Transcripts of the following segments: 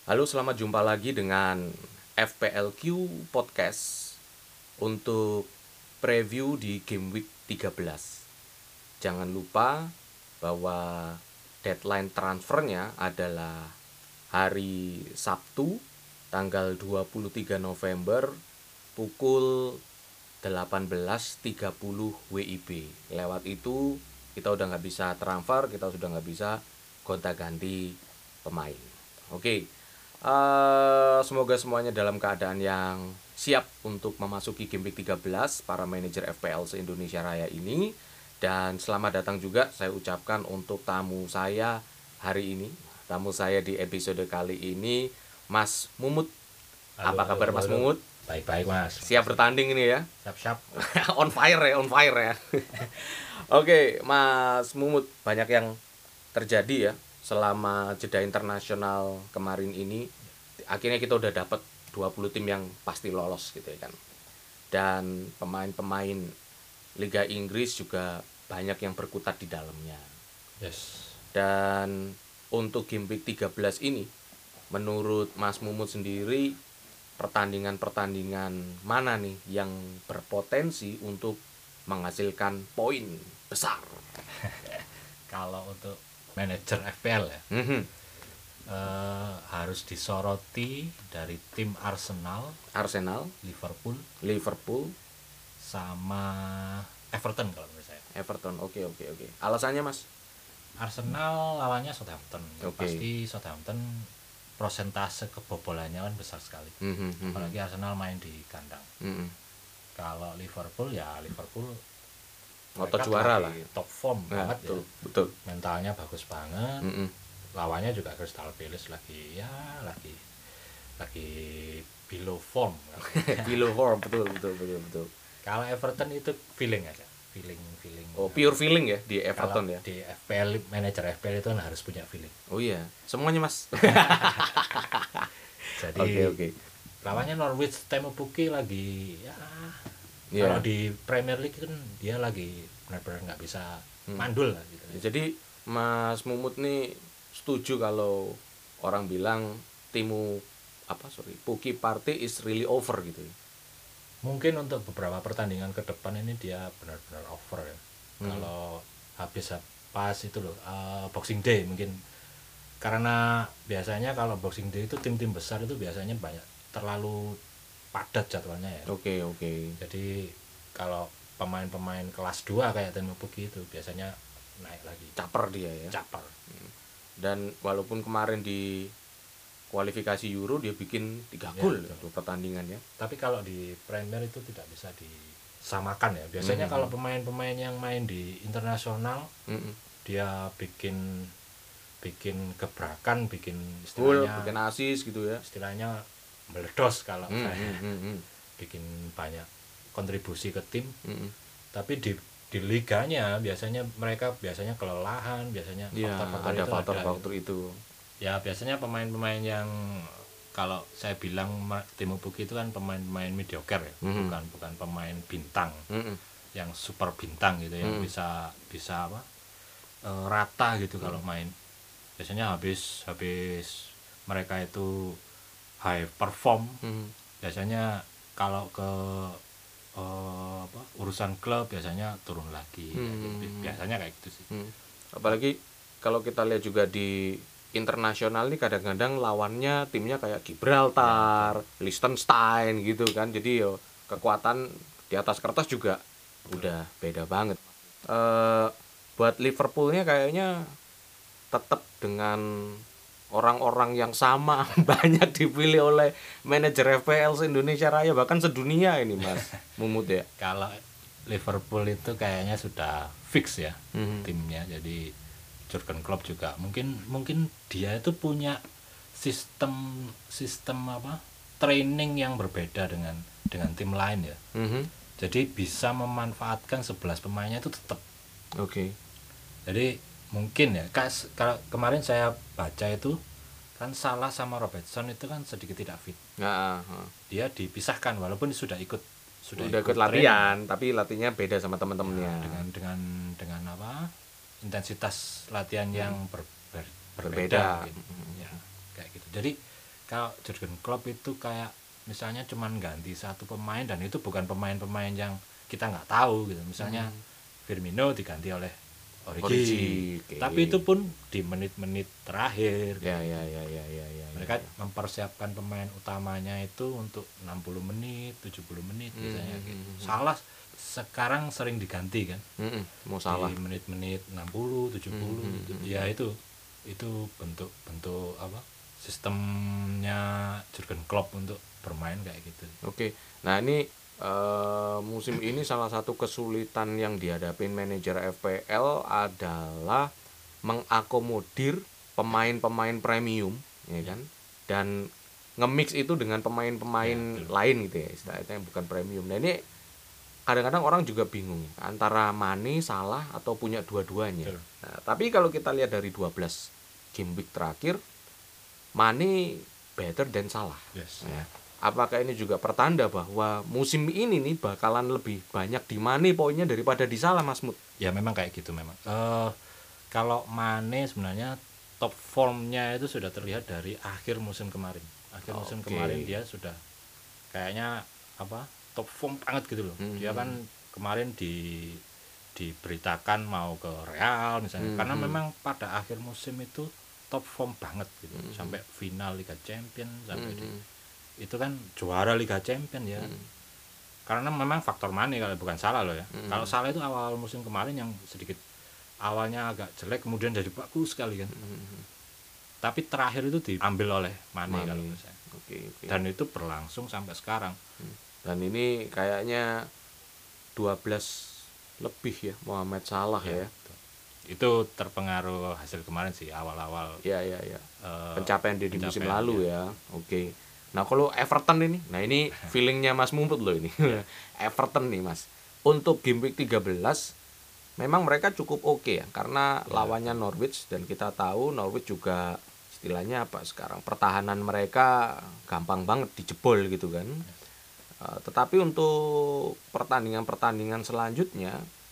Halo, selamat jumpa lagi dengan FPLQ Podcast untuk preview di Game Week 13. Jangan lupa bahwa deadline transfernya adalah hari Sabtu tanggal 23 November pukul 18.30 WIB. Lewat itu kita udah nggak bisa transfer, kita sudah nggak bisa gonta-ganti pemain. Oke. Semoga semuanya dalam keadaan yang siap untuk memasuki Game Week 13 para manajer FPL se-Indonesia Raya ini. Dan selamat datang juga saya ucapkan untuk tamu saya hari ini. Tamu saya di episode kali ini Mas Mumut. Apa kabar Mas Mumut? Baik-baik Mas. Siap bertanding ini ya? Siap-siap. On fire ya. Oke, Mas Mumut, banyak yang terjadi ya selama jeda internasional kemarin ini. Akhirnya kita udah dapat 20 tim yang pasti lolos gitu ya kan. Dan pemain-pemain Liga Inggris juga banyak yang berkutat di dalamnya. Yes. Dan untuk Game Week 13 ini, menurut Mas Mumut sendiri, pertandingan-pertandingan mana nih yang berpotensi untuk menghasilkan poin besar? Kalau untuk manajer FPL ya, harus disoroti dari tim Arsenal, Liverpool, sama Everton kalau menurut saya. Everton, oke. Alasannya Mas? Arsenal lawannya Southampton. Oke. Pasti Southampton prosentase kebobolannya kan besar sekali. Apalagi Arsenal main di kandang. Kalau Liverpool Otot juara lah, top form banget ya. Betul. Mentalnya bagus banget. Lawannya juga Crystal Palace lagi below form. Below form, betul. Kalau Everton itu feeling aja. Feeling. Oh, pure feeling ya di Everton kalau ya. Di FPL, manajer FPL itu harus punya feeling. Oh iya, semuanya Mas. Jadi Oke. lawannya Norwich Temu Pukki lagi ya. Yeah. Kalau di Premier League kan dia lagi benar-benar nggak bisa mandul lah gitu. Jadi Mas Mumut nih setuju kalau orang bilang Pukki Party is really over gitu ya. Mungkin untuk beberapa pertandingan ke depan ini dia benar-benar over ya. Kalau habis pas itu loh Boxing Day mungkin, karena biasanya kalau Boxing Day itu tim-tim besar itu biasanya banyak terlalu padat jadwalnya ya. Oke. Jadi kalau pemain-pemain kelas 2 kayak Temu Pukki itu biasanya naik lagi. Caper dia ya. Caper. Dan walaupun kemarin di kualifikasi Euro dia bikin 3 gol ya, pertandingan ya. Tapi kalau di Premier itu tidak bisa disamakan ya. Biasanya kalau pemain-pemain yang main di internasional dia bikin gebrakan, bikin istilahnya bikin asis gitu ya. Istilahnya meledos kalau saya bikin banyak kontribusi ke tim. Tapi di liganya mereka biasanya kelelahan, biasanya faktor-faktor itu. Ya biasanya pemain-pemain yang kalau saya bilang Temu Pukki itu kan pemain-pemain mediocre ya, bukan pemain bintang, yang super bintang gitu, yang bisa rata gitu kalau main. Biasanya habis mereka itu high perform, biasanya kalau ke urusan klub biasanya turun lagi. Biasanya kayak gitu sih. Apalagi kalau kita lihat juga di internasional nih kadang-kadang lawannya timnya kayak Gibraltar, Liechtenstein gitu kan. Jadi kekuatan di atas kertas juga udah beda banget. Buat Liverpoolnya kayaknya tetap dengan orang-orang yang sama banyak dipilih oleh manajer FPL se-Indonesia Raya, bahkan sedunia ini Mas Mumut ya. Kalau Liverpool itu kayaknya sudah fix ya timnya. Jadi Jurgen Klopp juga mungkin dia itu punya sistem training yang berbeda dengan tim lain ya. Jadi bisa memanfaatkan 11 pemainnya itu tetap. Oke. Jadi mungkin ya, kalau kemarin saya baca itu kan Salah sama Robertson itu kan sedikit tidak fit. Dia dipisahkan walaupun sudah ikut latihan, tapi latihannya beda sama teman-temannya. Ya, dengan intensitas latihan yang berbeda gitu. Ya, kayak gitu. Jadi kalau Jurgen Klopp itu kayak misalnya cuman ganti satu pemain dan itu bukan pemain-pemain yang kita nggak tahu gitu. Misalnya Firmino diganti oleh Origi. Okay. Tapi itu pun di menit-menit terakhir. Ya, gitu. ya. Mereka mempersiapkan pemain utamanya itu untuk 60 menit, 70 menit misalnya gitu. Salah sekarang sering diganti kan. Mau salah. Di menit-menit 60, 70 gitu. Ya itu bentuk apa? Sistemnya Jurgen Klopp untuk bermain kayak gitu. Oke. Nah, ini musim ini salah satu kesulitan yang dihadapin manajer FPL adalah mengakomodir pemain-pemain premium, ya kan? Dan nge-mix itu dengan pemain-pemain lain gitu ya, istilahnya bukan premium. Nah, ini kadang-kadang orang juga bingung antara Mane, Salah atau punya dua-duanya. Nah, tapi kalau kita lihat dari 12 game week terakhir, Mane better than Salah. Yes. Ya. Apakah ini juga pertanda bahwa musim ini nih bakalan lebih banyak di Mane poinnya daripada di Salah, Mas Mut? Ya memang kayak gitu memang. Kalau Mane sebenarnya top formnya itu sudah terlihat dari akhir musim kemarin. Musim kemarin dia sudah kayaknya apa top form banget gitu loh. Dia kan kemarin diberitakan mau ke Real misalnya, karena memang pada akhir musim itu top form banget gitu, sampai final Liga Champions, sampai itu kan juara Liga Champions ya. Karena memang faktor Mane kalau bukan Salah loh ya. Kalau Salah itu awal musim kemarin yang sedikit awalnya agak jelek kemudian jadi bagus sekali kan. Tapi terakhir itu diambil oleh Mane. Kalau menurut saya. Okay. Dan itu berlangsung sampai sekarang. Dan ini kayaknya 12 lebih ya Mohamed Salah ya. Itu terpengaruh hasil kemarin sih awal-awal. Ya. Pencapaian di musim lalu ya. Oke. Nah, kalau Everton ini, nah ini feelingnya Mas Mumput loh ini. Everton nih, Mas. Untuk game week 13 memang mereka cukup oke ya, karena lawannya Norwich, dan kita tahu Norwich juga istilahnya apa sekarang, pertahanan mereka gampang banget dijebol gitu kan. Tetapi untuk pertandingan-pertandingan selanjutnya,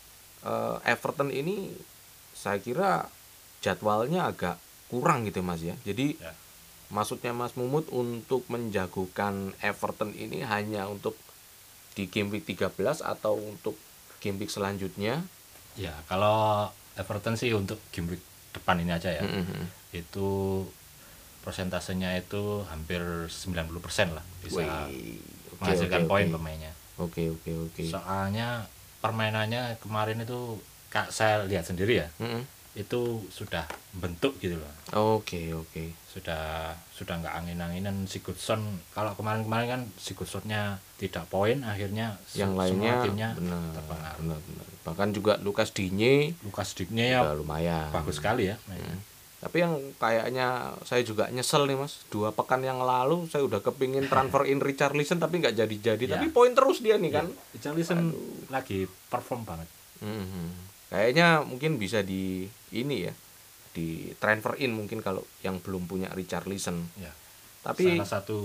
Everton ini saya kira jadwalnya agak kurang gitu Mas ya. Jadi maksudnya Mas Mumut untuk menjagokan Everton ini hanya untuk di game week 13 atau untuk game week selanjutnya? Ya, kalau Everton sih untuk game week depan ini aja ya. Itu persentasenya itu hampir 90% lah bisa menghasilkan poin pemainnya. Oke. Soalnya permainannya kemarin itu saya lihat sendiri ya. Itu sudah bentuk gitu loh. Oke. Sudah nggak angin-anginan. Sigurdsson kalau kemarin kan Sigurdssonnya tidak poin, akhirnya yang lainnya timnya terpengaruh. Benar. Bahkan juga Lucas Digne ya lumayan bagus sekali ya. Tapi yang kayaknya saya juga nyesel nih Mas, 2 pekan yang lalu saya udah kepingin transfer in Richarlison tapi nggak jadi. Tapi poin terus dia nih kan. Richarlison lagi perform banget. Kayaknya mungkin bisa di ini ya, di transfer in mungkin kalau yang belum punya Richarlison. Ya. Tapi salah satu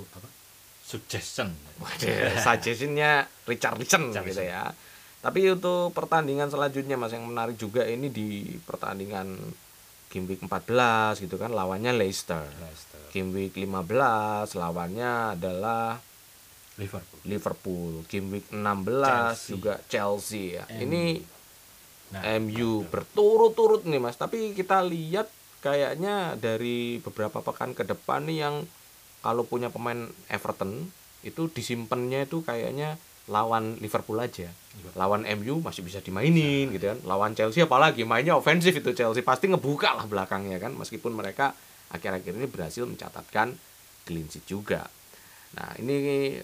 suggestionnya Richarlison gitu ya. Tapi untuk pertandingan selanjutnya Mas, yang menarik juga ini di pertandingan game week 14 gitu kan, lawannya Leicester. Game week 15 lawannya adalah Liverpool. Game week 16 juga Chelsea ya. Ini MU berturut-turut nih Mas. Tapi kita lihat kayaknya dari beberapa pekan ke depan nih, yang kalau punya pemain Everton itu disimpannya itu kayaknya lawan Liverpool aja. Lawan MU masih bisa dimainin gitu kan. Lawan Chelsea apalagi mainnya ofensif, itu Chelsea pasti ngebuka lah belakangnya kan, meskipun mereka akhir-akhir ini berhasil mencatatkan clean sheet juga. Nah, ini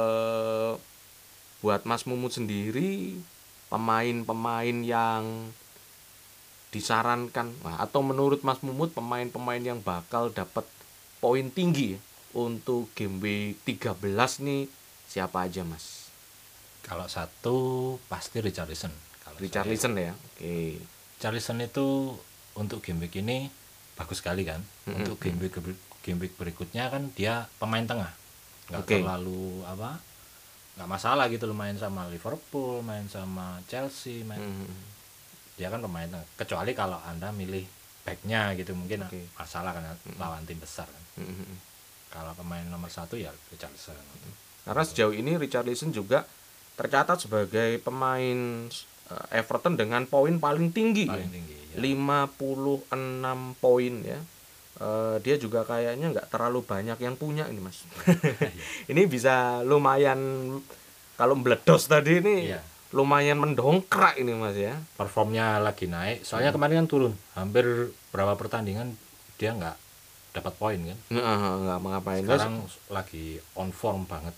buat Mas Mumut sendiri, pemain-pemain yang disarankan, atau menurut Mas Mumut pemain-pemain yang bakal dapat poin tinggi untuk game week 13 nih siapa aja Mas? Kalau satu pasti Richarlison. Richarlison ya. Oke. Richarlison itu untuk game week ini bagus sekali kan. Untuk game week berikutnya kan dia pemain tengah. Enggak terlalu nggak masalah gitu loh, main sama Liverpool, main sama Chelsea, dia kan pemain tengah. Kecuali kalau Anda milih backnya gitu mungkin masalah kan lawan tim besar kan. kalau pemain nomor 1 ya Richarlison. Karena sejauh ini Richarlison juga tercatat sebagai pemain Everton dengan poin paling tinggi, Paling tinggi, ya. 56 poin ya. Dia juga kayaknya nggak terlalu banyak yang punya ini Mas. Ini bisa lumayan, kalau meledos tadi ini Iya. lumayan mendongkrak ini Mas ya. Performnya lagi naik. Soalnya kemarin kan turun. Hampir berapa pertandingan dia nggak dapat poin kan. Nggak mengapain. Sekarang lagi on form banget.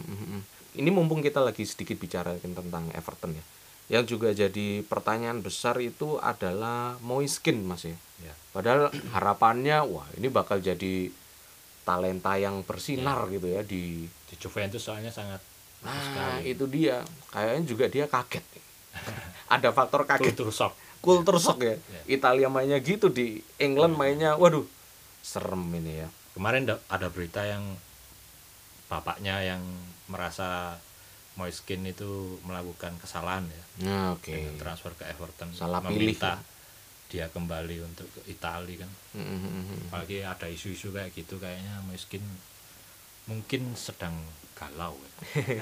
Ini mumpung kita lagi sedikit bicara tentang Everton ya. Yang juga jadi pertanyaan besar itu adalah Moise Kean Mas ya. Ya. Padahal harapannya wah ini bakal jadi talenta yang bersinar gitu ya di Di Juventus soalnya sangat bagus Nah, sekali. itu dia. Kayaknya juga dia kaget. Ada faktor kaget. Kultur shock. Kultur shock ya. Ya. Italia mainnya gitu, di England mainnya waduh, serem ini ya. Kemarin ada berita yang bapaknya yang merasa Moise Kean itu melakukan kesalahan ya Nah, oke. dengan transfer ke Everton, Salah pilih meminta dia kembali untuk ke Italia kan. Mm-hmm. Apalagi ada isu-isu kayak gitu, kayaknya Moise Kean mungkin sedang galau ya.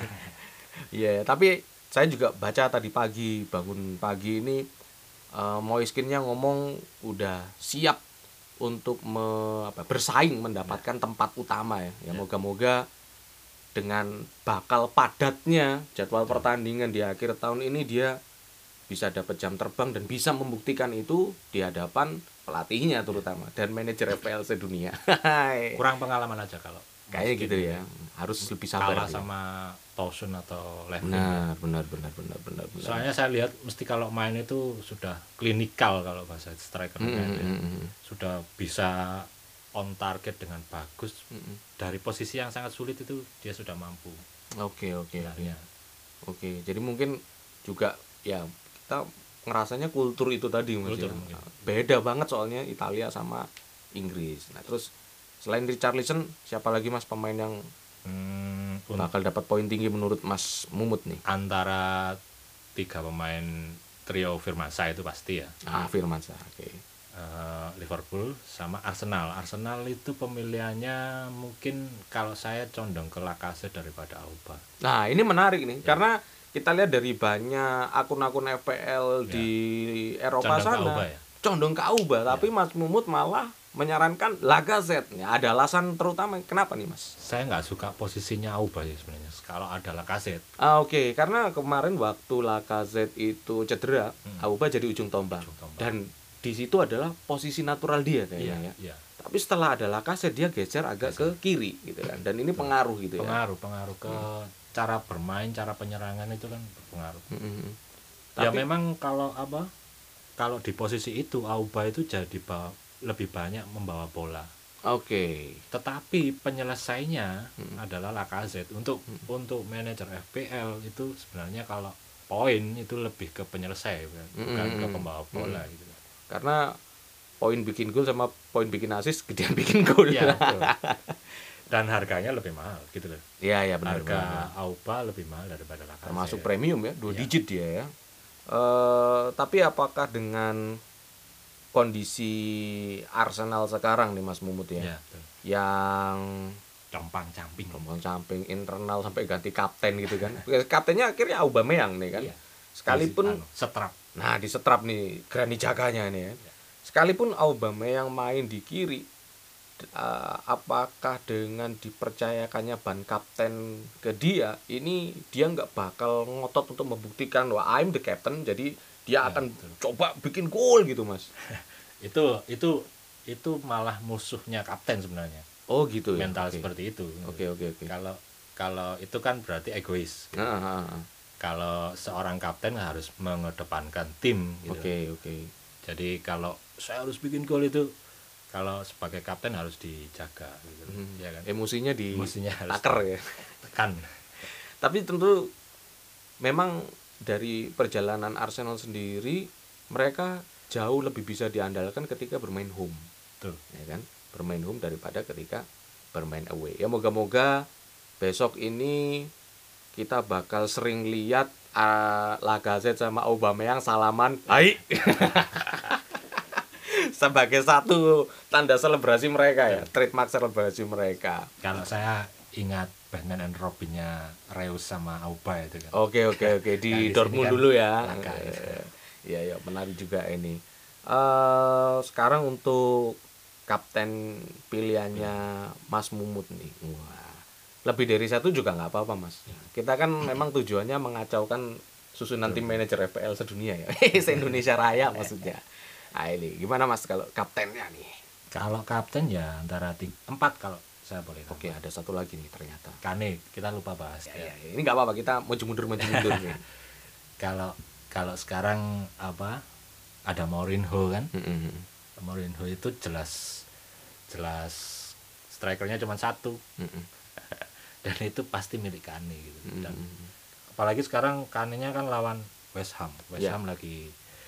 Iya, tapi saya juga baca tadi pagi, bangun pagi ini Moise Kean-nya ngomong udah siap untuk bersaing mendapatkan tempat utama ya. Ya moga-moga dengan bakal padatnya jadwal pertandingan di akhir tahun ini dia bisa dapat jam terbang dan bisa membuktikan itu di hadapan pelatihnya terutama dan manajer FPL sedunia. Kurang pengalaman aja kalau Kayaknya Moise gitu Kean ya. Harus lebih sabar kalah dia. sama Tosun atau Levin. Benar. Soalnya saya lihat mesti kalau main itu sudah klinikal kalau bahasa striker ya. Sudah bisa on target dengan bagus. Dari posisi yang sangat sulit itu dia sudah mampu. Oke. Sebenarnya. Oke, jadi mungkin juga ya kita ngerasanya kultur itu tadi Mas Kultur ya. mungkin. Beda banget soalnya Italia sama Inggris. Nah, terus selain Richarlison siapa lagi Mas pemain yang bakal dapat poin tinggi menurut Mas Mumut nih? Antara 3 pemain trio Firmansyah itu pasti ya. Firmansyah. Oke. Liverpool sama Arsenal. Arsenal itu pemilihannya mungkin kalau saya condong ke Lacazette daripada Auba. Nah, ini menarik nih karena kita lihat dari banyak akun-akun FPL di Eropa Condong ke sana Auba ya? condong ke Auba, tapi Mas Mumut malah menyarankan Lacazette. Ya, ada alasan terutama kenapa nih Mas? Saya nggak suka posisinya Auba sih sebenarnya. Kalau ada Lacazette. Oke, karena kemarin waktu Lacazette itu cedera, Auba jadi ujung tombak. Dan di situ adalah posisi natural dia kayaknya ya. Iya. Tapi setelah ada Lacazette dia geser agak ke kiri gitu kan. Dan ini pengaruh gitu ya. Pengaruh ke cara bermain, cara penyerangan itu kan berpengaruh. Ya Tapi- memang kalau di posisi itu Auba itu jadi lebih banyak membawa bola. Oke. Tetapi penyelesainya adalah Lacazette. Untuk manajer FPL itu sebenarnya kalau poin itu lebih ke penyelesai bukan ke pembawa bola gitu. Karena poin bikin gol sama poin bikin assist gedean bikin gol. Iya, betul. Dan harganya lebih mahal gitu loh. Iya benar. Harga Auba lebih mahal daripada Lacazette. Termasuk premium ya, 2 Iya. digit dia ya. Tapi apakah dengan kondisi Arsenal sekarang nih Mas Mumut ya, Iya, betul. yang Compang-camping. camping internal sampai ganti kapten gitu kan. Kaptennya akhirnya Aubameyang nih kan. Iya. Sekalipun setrap. nah disetrap nih Granit Xhakanya nih ya. Sekalipun Aubameyang main di kiri, apakah dengan dipercayakannya ban kapten ke dia, ini dia nggak bakal ngotot untuk membuktikan wah I'm the captain, jadi dia akan coba bikin gol gitu Mas. Itu malah musuhnya kapten sebenarnya. Oh gitu ya. Mental Oke. seperti itu. Oke. Kalau itu kan berarti egois. Nah. Kalau seorang kapten harus mengedepankan tim gitu. Oke. Jadi kalau saya harus bikin gol itu, kalau sebagai kapten harus dijaga gitu. Ya kan? Emosinya harus taker ya. tekan. Tapi tentu memang dari perjalanan Arsenal sendiri mereka jauh lebih bisa diandalkan ketika bermain home. Tuh. Ya kan? Bermain home daripada ketika bermain away. Ya moga-moga besok ini kita bakal sering lihat Lacazette sama Aubameyang salaman. Hai. sebagai satu tanda selebrasi mereka ya, trademark selebrasi mereka. Kalau saya ingat Batman and Robin-nya Reus sama Auba itu kan. Oke di Nah, di Dortmund sini kan dulu ya. laga. Iya menarik juga ini. Sekarang untuk kapten pilihannya Mas Mumut nih. Wah, lebih dari satu juga nggak apa-apa Mas. Kita kan memang tujuannya mengacaukan susunan tim manajer FPL sedunia ya. Se-Indonesia Raya maksudnya. Nah ini gimana Mas kalau kaptennya nih? Kalau kapten ya antara 4 kalau saya boleh tambah. Oke, ada satu lagi nih ternyata. Kane, kita lupa bahas. Ya. Ini nggak apa-apa, kita maju mundur nih. Kalau sekarang ada Mourinho kan? Mourinho itu jelas strikernya cuma satu. Dan itu pasti milik Kane gitu. Dan apalagi sekarang Kane-nya kan lawan West Ham. West Ham lagi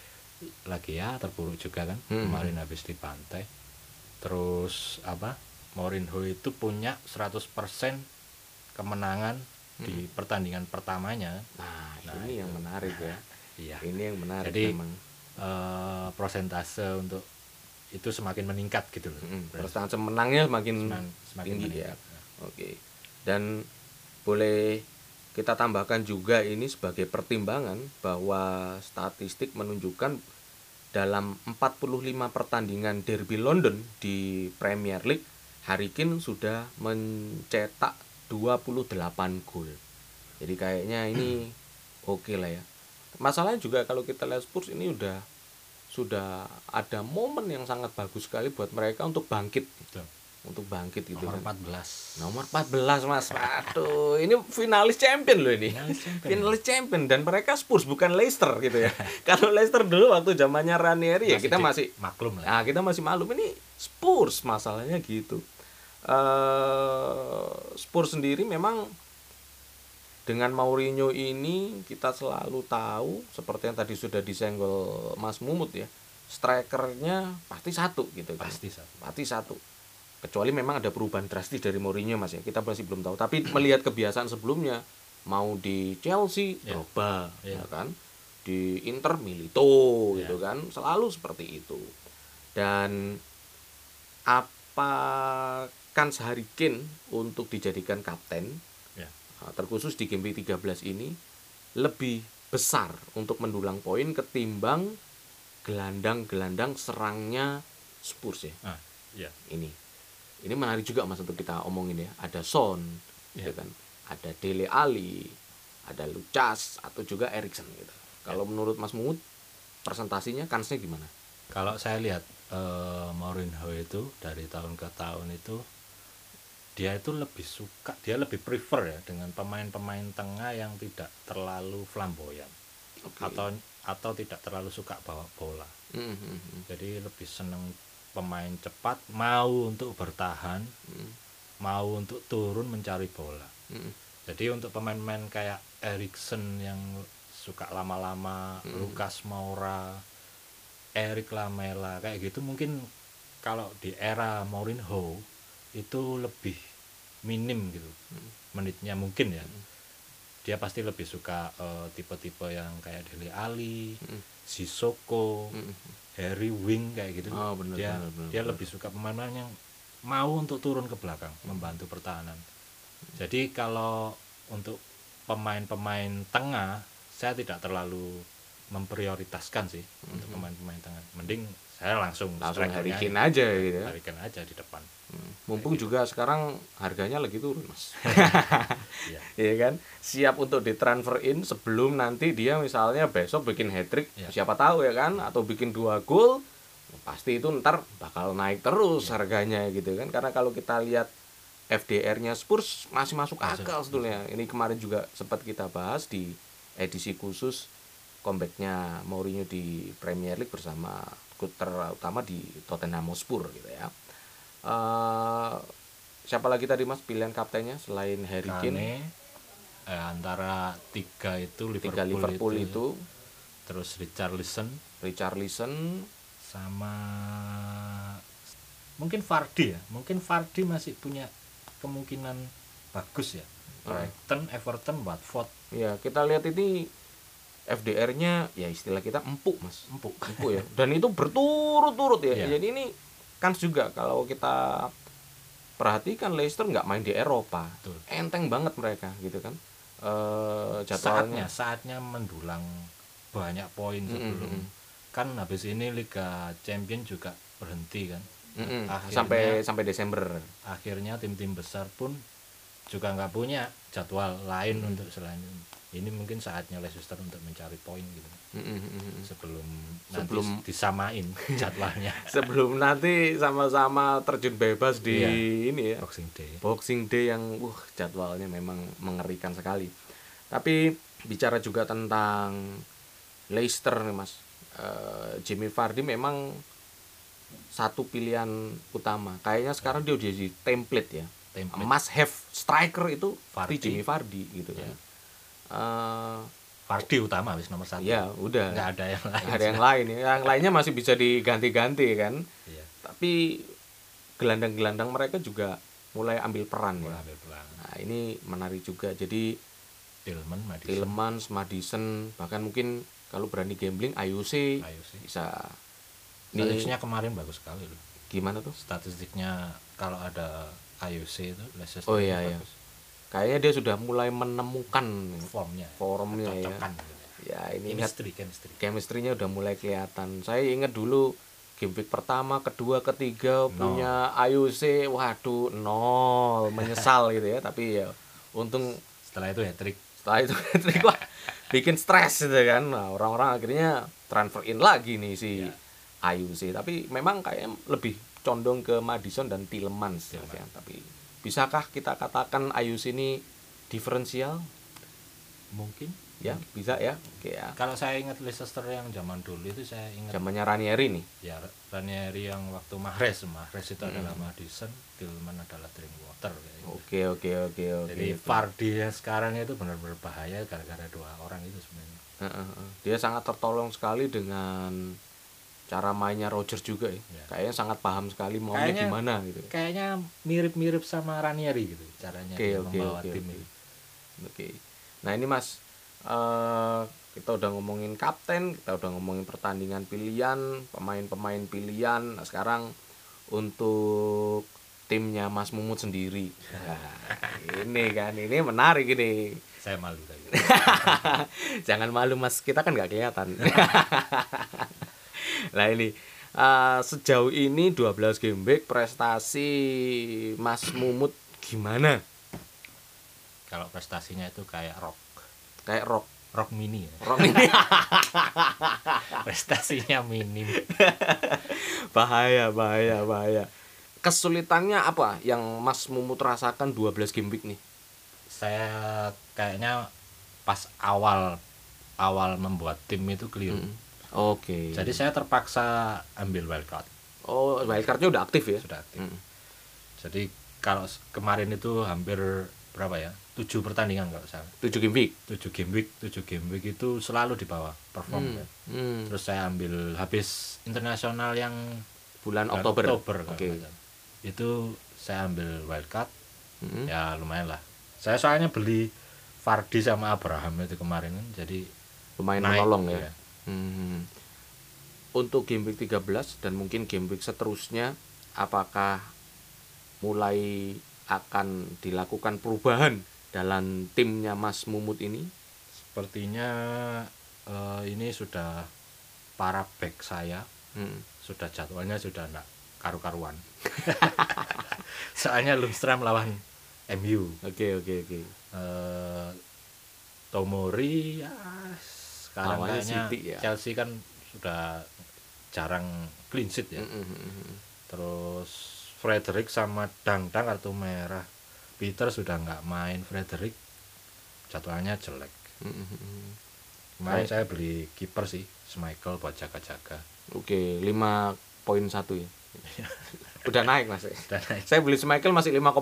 ya terpuruk juga kan. Kemarin habis dibantai. Terus Mourinho itu punya 100% kemenangan di pertandingan pertamanya. Nah, ini yang menarik ya. Iya. Ini yang menarik jadi, memang. Prosentase untuk itu semakin meningkat gitu loh. Persentase menangnya semakin tinggi meningkat. Ya. Oke. Dan boleh kita tambahkan juga ini sebagai pertimbangan bahwa statistik menunjukkan dalam 45 pertandingan derby London di Premier League, Harry Kane sudah mencetak 28 gol. Jadi kayaknya ini oke lah ya. Masalahnya juga kalau kita lihat Spurs ini sudah ada momen yang sangat bagus sekali buat mereka untuk bangkit. Untuk bangkit gitu nomor kan. 14. Nomor 14 Mas. Aduh, ini finalis champion loh ini. Finalis champion dan mereka Spurs bukan Leicester gitu ya. Kalau Leicester dulu waktu zamannya Ranieri ya kita masih maklum lah. Nah, kita masih maklum, ini Spurs masalahnya gitu. Spurs sendiri memang dengan Mourinho ini kita selalu tahu seperti yang tadi sudah disenggol Mas Mumut ya. Strikernya pasti satu gitu kan. Pasti satu. Kecuali memang ada perubahan drastis dari Mourinho Mas ya. Kita masih belum tahu. Tapi melihat kebiasaan sebelumnya, mau di Chelsea, Drogba, ya kan? Di Inter Milito gitu kan. Selalu seperti itu. Dan apakan Harry Kane untuk dijadikan kapten? Terkhusus di game week 13 ini lebih besar untuk mendulang poin ketimbang gelandang-gelandang serangnya Spurs ya. Ini menarik juga Mas untuk kita omongin ya. Ada Son, gitu kan. Ada Dele Alli, ada Lucas atau juga Eriksen gitu. Kalau menurut Mas Mumut presentasinya kansnya gimana? Kalau saya lihat Mourinho itu dari tahun ke tahun itu dia lebih prefer ya dengan pemain-pemain tengah yang tidak terlalu flamboyan. Atau tidak terlalu suka bawa bola. Jadi lebih seneng pemain cepat, mau untuk bertahan, mau untuk turun mencari bola. Jadi untuk pemain-pemain kayak Eriksen yang suka lama-lama, Lucas Moura, Eric Lamela kayak gitu, mungkin kalau di era Mourinho itu lebih minim gitu menitnya mungkin ya. Dia pasti lebih suka tipe-tipe yang kayak Dele Alli, Sissoko, Harry Wing kayak gitu. Bener. Dia lebih suka pemain-pemain yang mau untuk turun ke belakang, membantu pertahanan. Jadi kalau untuk pemain-pemain tengah, saya tidak terlalu memprioritaskan sih untuk pemain-pemain tengah. Mending saya langsung Harry Kane aja gitu ya. Harry Kane aja di depan. Mumpung juga sekarang harganya lagi turun Mas. Iya kan, siap untuk ditransferin sebelum nanti dia misalnya besok bikin hat-trick, siapa tahu ya kan, atau bikin 2 gol, pasti itu ntar bakal naik terus harganya gitu kan. Karena kalau kita lihat FDR-nya Spurs masih masuk akal sebetulnya. Ini kemarin juga sempat kita bahas di edisi khusus comeback-nya Mourinho di Premier League bersama terutama di Tottenham Hotspur gitu ya. Siapa lagi tadi Mas pilihan kaptennya selain Harry Kane? Antara 3 itu Liverpool itu. Terus Richarlison sama mungkin Vardy ya. Mungkin Vardy masih punya kemungkinan bagus ya. Brighton, Everton, Watford. Ya, kita lihat ini FDR-nya ya istilah kita empuk Mas. Empuk. Empuk ya. Dan itu berturut-turut ya. Iya. Jadi ini kans juga kalau kita perhatikan Leicester nggak main di Eropa. Betul. Enteng banget mereka gitu kan. Jadwalnya Saatnya mendulang banyak poin sebelum kan habis ini Liga Champion juga berhenti kan. sampai Desember. Akhirnya tim-tim besar pun juga nggak punya jadwal lain untuk selain ini. Mungkin saatnya Leicester untuk mencari poin gitu. Sebelum nanti disamain jadwalnya. Sebelum nanti sama-sama terjun bebas di ini ya. Boxing Day yang jadwalnya memang mengerikan sekali. Tapi bicara juga tentang Leicester nih Mas. Jamie Vardy memang satu pilihan utama. Kayaknya sekarang dia udah jadi template ya. Must have striker itu Jamie Vardy gitu kan. Vardy utama wis nomor 1. Ya, udah. Nggak ada yang lain. Ada yang lain ya. Yang lainnya masih bisa diganti-ganti kan. Iya. Tapi gelandang-gelandang mereka juga mulai ambil peran ya. Nah, ini menarik juga. Jadi Tielemans, Maddison, bahkan mungkin kalau berani gambling IOC bisa. Statistiknya kemarin bagus sekali loh. Gimana tuh? Statistiknya kalau ada IOC itu Leicester bagus. Kayaknya dia sudah mulai menemukan formnya ya. Ya ini chemistry-nya udah mulai kelihatan. Saya ingat dulu game week pertama, kedua, ketiga punya IOC, waduh 0, menyesal gitu ya. Tapi ya untung setelah itu hat-trick wah bikin stres gitu kan. Nah, orang-orang akhirnya transfer in lagi nih si IOC. Tapi memang kayak lebih condong ke Maddison dan Tielemans ya. Tapi bisakah kita katakan IOC ini diferensial? Mungkin ya, bisa ya. Oke ya. Kalau saya ingat Leicester yang zaman dulu itu saya ingat zamannya Ranieri nih. Ya, Ranieri yang waktu Mahrez itu adalah Maddison, Tielemans adalah Drinkwater kayak gitu. Oke. Jadi Vardy yang sekarang itu benar-benar bahaya gara-gara dua orang itu sebenarnya. Dia sangat tertolong sekali dengan cara mainnya Roger juga ya. Kayaknya sangat paham sekali maunya gimana gitu. Kayaknya mirip-mirip sama Ranieri gitu caranya membawa tim ini. Oke. Nah, ini Mas, kita udah ngomongin kapten, kita udah ngomongin pertandingan pilihan, pemain-pemain pilihan. Nah, sekarang untuk timnya Mas Mumut sendiri. Nah, ini menarik ini. Saya malu tadi. Jangan malu Mas, kita kan nggak kelihatan. Nah ini sejauh ini 12 game week prestasi Mas Mumut gimana? Kalau prestasinya itu kayak rock mini ya. Rock mini. Prestasinya minim. Bahaya. Kesulitannya apa yang Mas Mumut rasakan 12 game week nih? Saya kayaknya pas awal membuat tim itu keliru. Oke. Jadi saya terpaksa ambil wildcard. Oh, wildcardnya udah aktif ya? Sudah aktif. Jadi kalau kemarin itu hampir berapa ya? 7 pertandingan kalau salah. 7 game week itu selalu di bawah perform. Terus saya ambil habis internasional yang bulan Oktober. Okay. Itu saya ambil wildcard. Ya lumayan lah. Saya soalnya beli Vardy sama Abraham itu kemarin, jadi lumayan menolong ya. Untuk game week 13 dan mungkin game week seterusnya, apakah mulai akan dilakukan perubahan dalam timnya Mas Mumut ini? Sepertinya ini sudah para back saya sudah jadwalnya sudah enggak karu-karuan. Soalnya Lundstram lawan MU. Oke. Tomori ya sekarang kayaknya ya. Chelsea kan sudah jarang clean sheet ya. Terus Frederick sama Dangdang kartu merah. Peter sudah nggak main. Frederick jadwalnya jelek. Kemarin saya beli kiper sih, Schmeichel buat jaga-jaga. Oke, 5.1 ya. Udah naik Mas. Saya beli Schmeichel masih 5,0.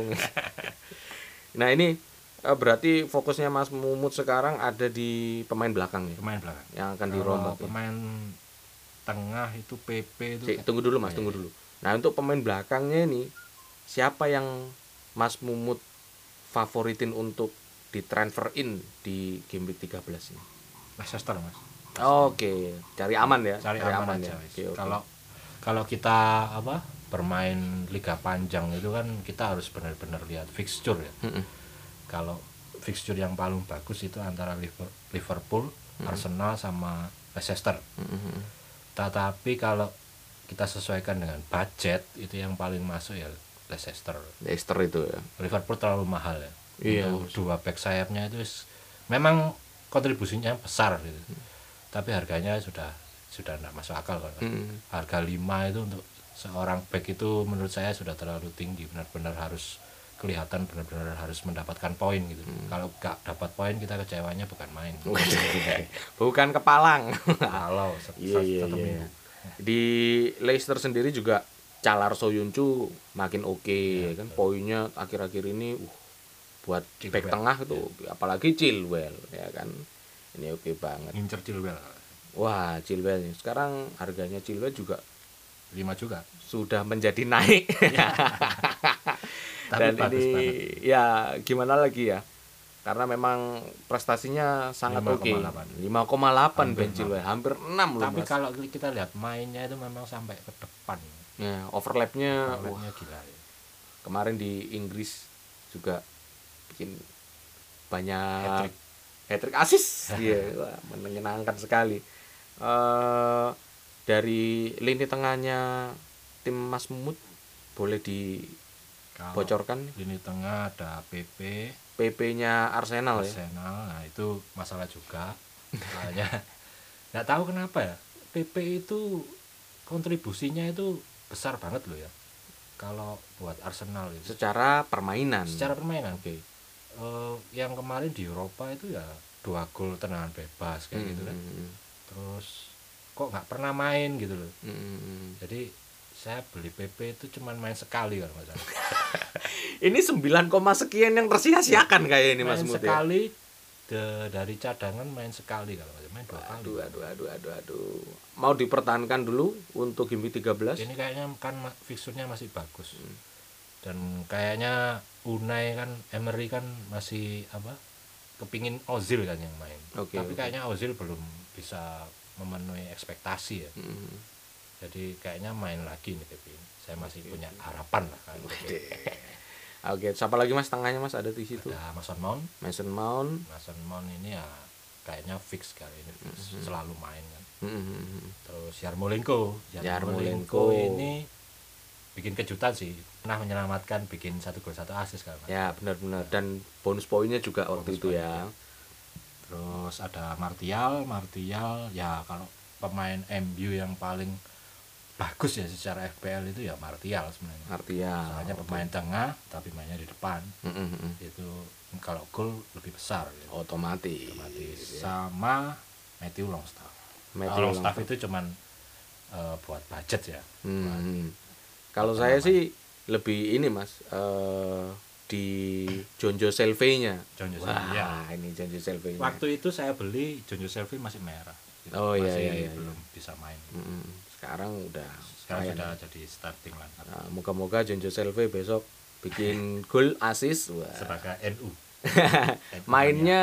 Nah, ini berarti fokusnya Mas Mumut sekarang ada di pemain belakang ya? Pemain belakang yang akan dirombak. Pemain tengah itu PP itu. Tunggu dulu Mas, tunggu dulu. Nah, untuk pemain belakangnya ini siapa yang Mas Mumut favoritin untuk ditransfer in di game week 13 ini? Leicester Mas. Oke, cari aman ya. Cari aman ya. aja. Wis. Oke. Kalau kita bermain liga panjang itu kan kita harus benar-benar lihat fixture ya. Kalau fixture yang paling bagus itu antara Liverpool, Arsenal sama Leicester. Tetapi kalau kita sesuaikan dengan budget itu yang paling masuk ya Leicester. Leicester itu ya. Liverpool terlalu mahal ya. Iya. Untuk dua back sayapnya itu memang kontribusinya besar gitu. Tapi harganya sudah tidak masuk akal kan. Harga 5 itu untuk seorang back itu menurut saya sudah terlalu tinggi, benar-benar harus kelihatan, benar-benar harus mendapatkan poin gitu. Kalau nggak dapat poin kita kecewanya bukan main. Bukan kepalang. Kalau satu minggu. Di Leicester sendiri juga Calar Soyuncu makin oke kan, poinnya akhir-akhir ini buat back tengah itu apalagi Chilwell ya kan. Ini oke banget. Ngincer Chilwell. Wah, Chilwell sekarang harganya Chilwell juga 5 juga. Sudah menjadi naik. Dan ini ya gimana lagi ya? Karena memang prestasinya sangat oke. 5,8 Ben Chilwell, hampir 6 loh. Tapi Mas. kalau kita lihat mainnya itu memang sampai ke depan. Ya, overlapnya gila ya. Kemarin di Inggris juga bikin banyak hat-trick assist. Iya, menyenangkan sekali. Dari lini tengahnya tim Mas Mumut boleh dibocorkan? Lini tengah ada PP-nya Arsenal ya. Nah itu masalah juga. Soalnya nggak tahu kenapa ya. PP itu kontribusinya itu besar banget loh ya. Kalau buat Arsenal itu. Secara permainan. Oke. Yang kemarin di Eropa itu ya 2 gol tendangan bebas kayak gitu kan. Terus kok nggak pernah main gitu loh. Jadi saya beli PP itu cuman main sekali kalau nggak salah. Ini 9, sekian yang tersia-siakan kayak ini Mas Mut ya. Sekali dari cadangan main sekali kalau nggak salah, main 2 kali. Aduh. Mau dipertahankan dulu untuk game 13? Ini kayaknya kan fixturnya masih bagus. Dan kayaknya Unai kan Emery kan masih kepingin Ozil kan yang main. Tapi kayaknya Ozil belum bisa memenuhi ekspektasi ya. Jadi kayaknya main lagi nih PP. Saya masih punya harapan lah kan. Oke, siapa lagi Mas tengahnya Mas ada di situ? Ada Mason Mount. Mason Mount ini ya kayaknya fix kali ini, selalu main kan. Terus Yarmolenko ini bikin kejutan sih, pernah menyelamatkan, bikin 1 gol 1 assist kan. Ya benar-benar, dan bonus poinnya juga waktu itu ya. Terus ada Martial ya, kalau pemain MU yang paling bagus ya secara FPL itu ya Martial sebenarnya. Soalnya pemain tengah tapi mainnya di depan. Itu kalau gol lebih besar gitu. Otomatis. Sama Matthew Longstaff. Longstaff itu cuman buat budget ya. Kalau saya sih lebih ini Mas, di Jonjo Selvey-nya. Ini Jonjo Selvey-nya. Waktu itu saya beli Jonjo Selvey masih merah. Iya. Belum bisa main. Sekarang sudah jadi starting lah. Moga-moga Jonjo Selvey besok bikin gol assist sebagai NU. Mainnya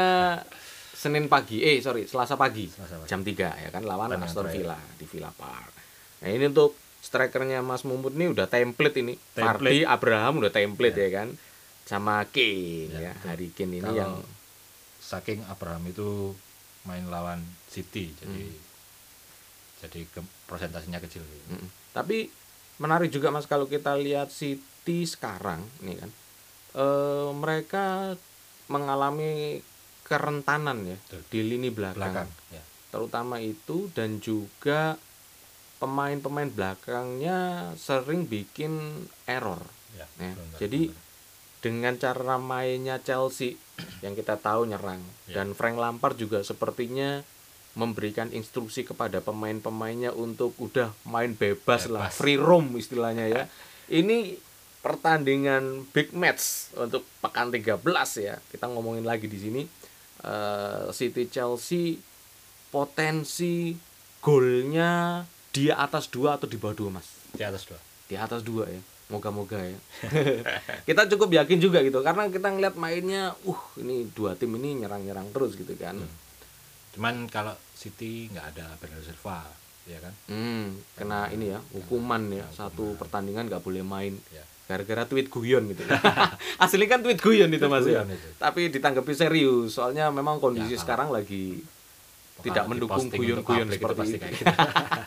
Selasa pagi jam 3 ya kan, lawan Aston Villa di Villa Park. Nah ini untuk strikernya Mas Mumut nih udah template ini. Vardy, Abraham udah template ya kan. Sama Kane ya. Harry Kane ini yang saking Abraham itu main lawan City jadi presentasinya kecil gitu. Tapi menarik juga Mas kalau kita lihat City sekarang nih kan, mereka mengalami kerentanan ya di lini belakang. Ya. Terutama itu, dan juga pemain-pemain belakangnya sering bikin error ya. Jadi dengan cara mainnya Chelsea yang kita tahu nyerang, dan Frank Lampard juga sepertinya memberikan instruksi kepada pemain-pemainnya untuk udah main bebas lah, free roam istilahnya ya. Ini pertandingan big match untuk pekan 13 ya. Kita ngomongin lagi di sini, City Chelsea potensi golnya di atas 2 atau di bawah 2 Mas? Di atas 2. Di atas 2 ya. Moga-moga ya. Kita cukup yakin juga gitu, karena kita ngeliat mainnya ini 2 tim ini nyerang-nyerang terus gitu kan. Cuman kalau City nggak ada Bernardo Silva, ya kan? Kena ini ya, hukuman ya, hukuman. satu pertandingan nggak boleh main. Ya. Gara-gara tweet guyon gitu. Asli kan tweet guyon itu Mas ya. Guyon itu. Tapi ditanggapi serius, soalnya memang kondisi Ya, kalau- sekarang lagi tidak Kalau mendukung diposting untuk guyon-guyon publik itu seperti pasti itu. kayak gitu.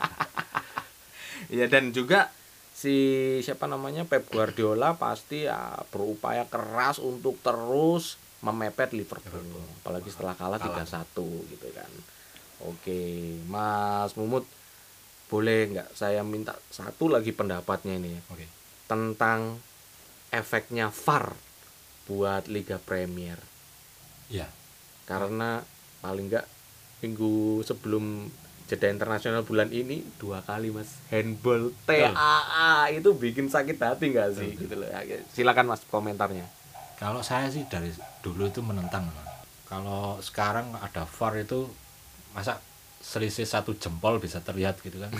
Ya, dan juga si siapa namanya Pep Guardiola pasti ya berupaya keras untuk terus memepet Liverpool. Apalagi setelah kalah 3-1 gitu kan. Oke, Mas Mumut, boleh nggak saya minta satu lagi pendapatnya ini Oke. tentang efeknya VAR buat Liga Premier. Ya. Karena paling nggak minggu sebelum jeda internasional bulan ini 2 kali Mas handball TAA itu bikin sakit hati nggak sih gitu loh. Silakan Mas komentarnya. Kalau saya sih dari dulu itu menentang. Kalau sekarang ada VAR itu masa selisih 1 jempol bisa terlihat gitu kan.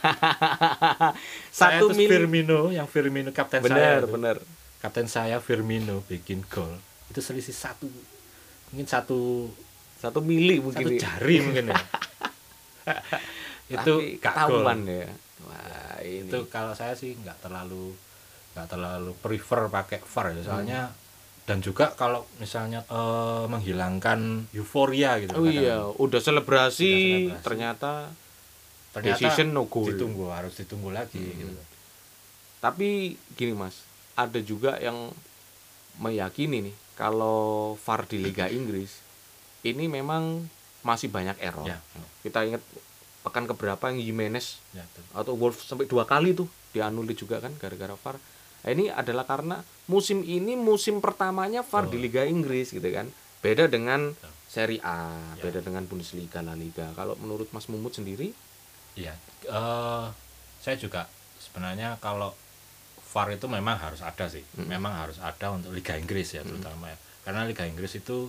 Saya Satu tuh mili. Firmino kapten saya. Benar. Kapten saya Firmino bikin gol. Itu selisih mungkin satu 1 mili mungkin. satu jari mungkin ya. Itu Tapi gak gol. ketahuan ya. Wah, ini. Itu kalau saya sih nggak terlalu prefer pakai VAR ya, soalnya dan juga kalau misalnya menghilangkan euforia gitu. Oh iya, udah selebrasi, Udah selebrasi. ternyata ternyata decision no goal. harus ditunggu lagi gitu. Tapi gini Mas, ada juga yang meyakini nih kalau VAR di Liga Inggris ini memang masih banyak error. Ya. Kita ingat pekan keberapa yang Jimenez Ya, betul. atau Wolves sampai 2 kali tuh dianulir juga kan gara-gara VAR. Nah, ini adalah karena musim ini musim pertamanya VAR di Liga Inggris gitu kan. Beda dengan Serie A, beda dengan Bundesliga, La Liga. Kalau menurut Mas Mumut sendiri? Iya, saya juga sebenarnya kalau VAR itu memang harus ada sih, memang harus ada untuk Liga Inggris ya terutama ya, karena Liga Inggris itu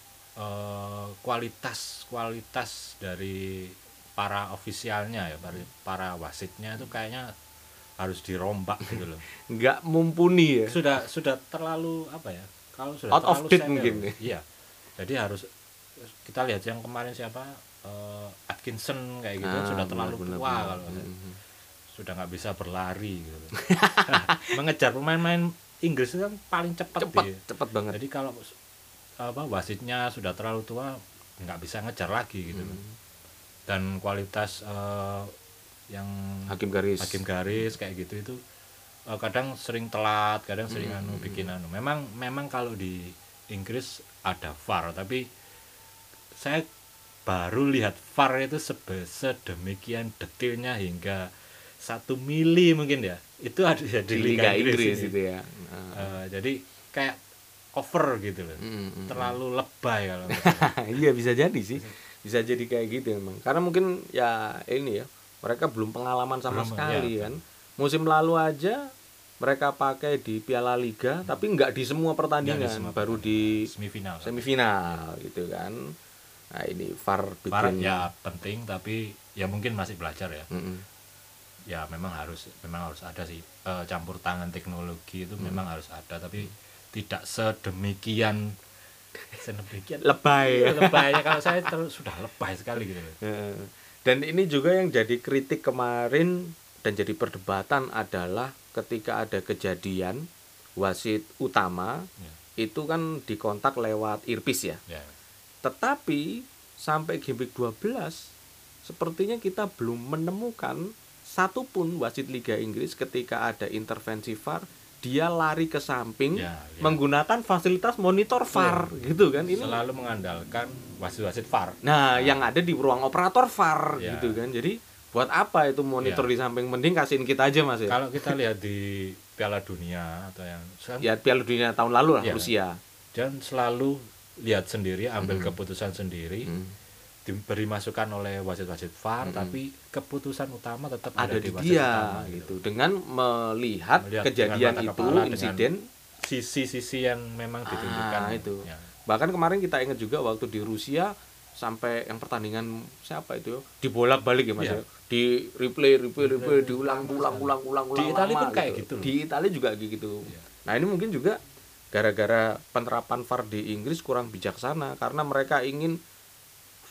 kualitas dari para ofisialnya ya, para wasitnya itu kayaknya harus dirombak gitu loh. Nggak mumpuni ya. Sudah terlalu apa ya? Kalau sudah Out of terlalu date senior, mungkin. iya. Jadi harus kita lihat yang kemarin siapa Atkinson kayak gitu sudah terlalu tua kalau sudah nggak bisa berlari gitu. Mengejar pemain-pemain Inggris itu kan paling cepat cepat banget. Jadi kalau wasitnya sudah terlalu tua nggak bisa ngejar lagi gitu. Dan kualitas yang hakim garis kayak gitu itu kadang sering telat, kadang sering bikin memang kalau di Inggris ada VAR, tapi saya baru lihat VAR itu sedemikian detailnya hingga 1 mili mungkin ya. Itu ada ya di Liga Inggris itu ya. Jadi kayak over gitu loh. Terlalu lebay kalau iya bisa jadi sih. Bisa jadi kayak gitu memang. Karena mungkin ya ini ya, mereka belum pengalaman sama sekali kan. Musim lalu aja mereka pakai di Piala Liga, tapi nggak di semua pertandingan, baru di semifinal gitu kan. Nah ini VAR bikin ya penting, tapi ya mungkin masih belajar ya. Ya memang harus ada sih campur tangan teknologi itu memang harus ada, tapi tidak sedemikian lebay. Lebaynya kalau saya sudah lebay sekali gitu. Dan ini juga yang jadi kritik kemarin dan jadi perdebatan adalah ketika ada kejadian wasit utama itu kan dikontak lewat earpiece ya. Tetapi sampai game week 12 sepertinya kita belum menemukan satupun wasit Liga Inggris ketika ada intervensi VAR dia lari ke samping menggunakan fasilitas monitor VAR gitu kan. Ini selalu mengandalkan wasit-wasit VAR. Nah, yang ada di ruang operator VAR gitu kan. Jadi buat apa itu monitor di samping, mending kasihin kita aja Mas ya. Kalau kita lihat di Piala Dunia atau yang ya Piala Dunia tahun lalu lah Rusia. Dan selalu lihat sendiri, ambil keputusan sendiri. Diberi masukan oleh wasit-wasit VAR, tapi keputusan utama tetap ada di wasit utama gitu. Dengan melihat kejadian itu, insiden sisi-sisi yang memang ditunjukkan itu. Bahkan kemarin kita ingat juga waktu di Rusia sampai yang pertandingan siapa itu dibolak-balik ya Mas ya. Di replay diulang. Di Italia pun kayak gitu. Di Italia juga gitu. Nah, ini mungkin juga gara-gara penerapan VAR di Inggris kurang bijaksana karena mereka ingin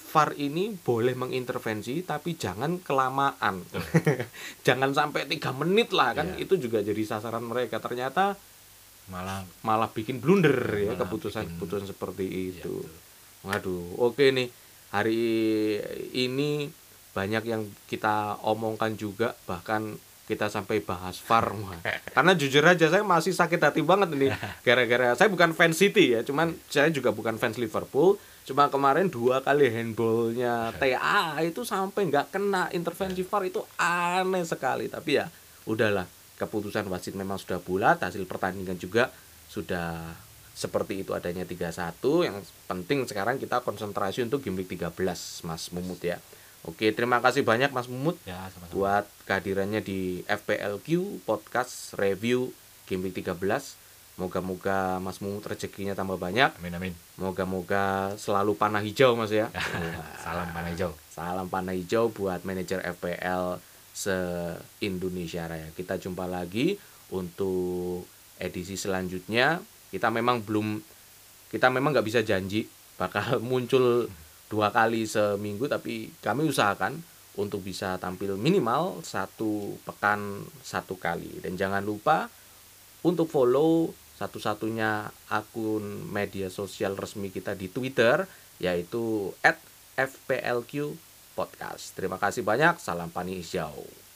VAR ini boleh mengintervensi tapi jangan kelamaan. Jangan sampai 3 menit lah kan. Iya. Itu juga jadi sasaran mereka. Ternyata malah bikin blunder ya malah keputusan seperti iya, itu. betul. Waduh, oke nih. Hari ini banyak yang kita omongkan juga, bahkan kita sampai bahas VAR. Karena jujur aja saya masih sakit hati banget ini gara-gara saya bukan fans City ya, cuman saya juga bukan fans Liverpool. Cuma kemarin 2 kali handballnya TA itu sampai nggak kena intervensi VAR, itu aneh sekali. Tapi ya udahlah, keputusan wasit memang sudah bulat, hasil pertandingan juga sudah seperti itu adanya 3-1. Yang penting sekarang kita konsentrasi untuk game week 13, Mas Mumut ya. Oke, terima kasih banyak Mas Mumut Ya, sama-sama. buat kehadirannya di FPLQ Podcast Review Game Week 13. Moga-moga Mas Mumut rezekinya tambah banyak. Amin. Moga-moga selalu panah hijau Mas ya. Salam panah hijau. Salam panah hijau buat manajer FPL se-Indonesia Raya. Kita jumpa lagi untuk edisi selanjutnya. Kita memang nggak bisa janji bakal muncul 2 kali seminggu, tapi kami usahakan untuk bisa tampil minimal 1 pekan 1 kali. Dan jangan lupa untuk follow satu-satunya akun media sosial resmi kita di Twitter, yaitu @FPLQ Podcast. Terima kasih banyak, salam panis hijau.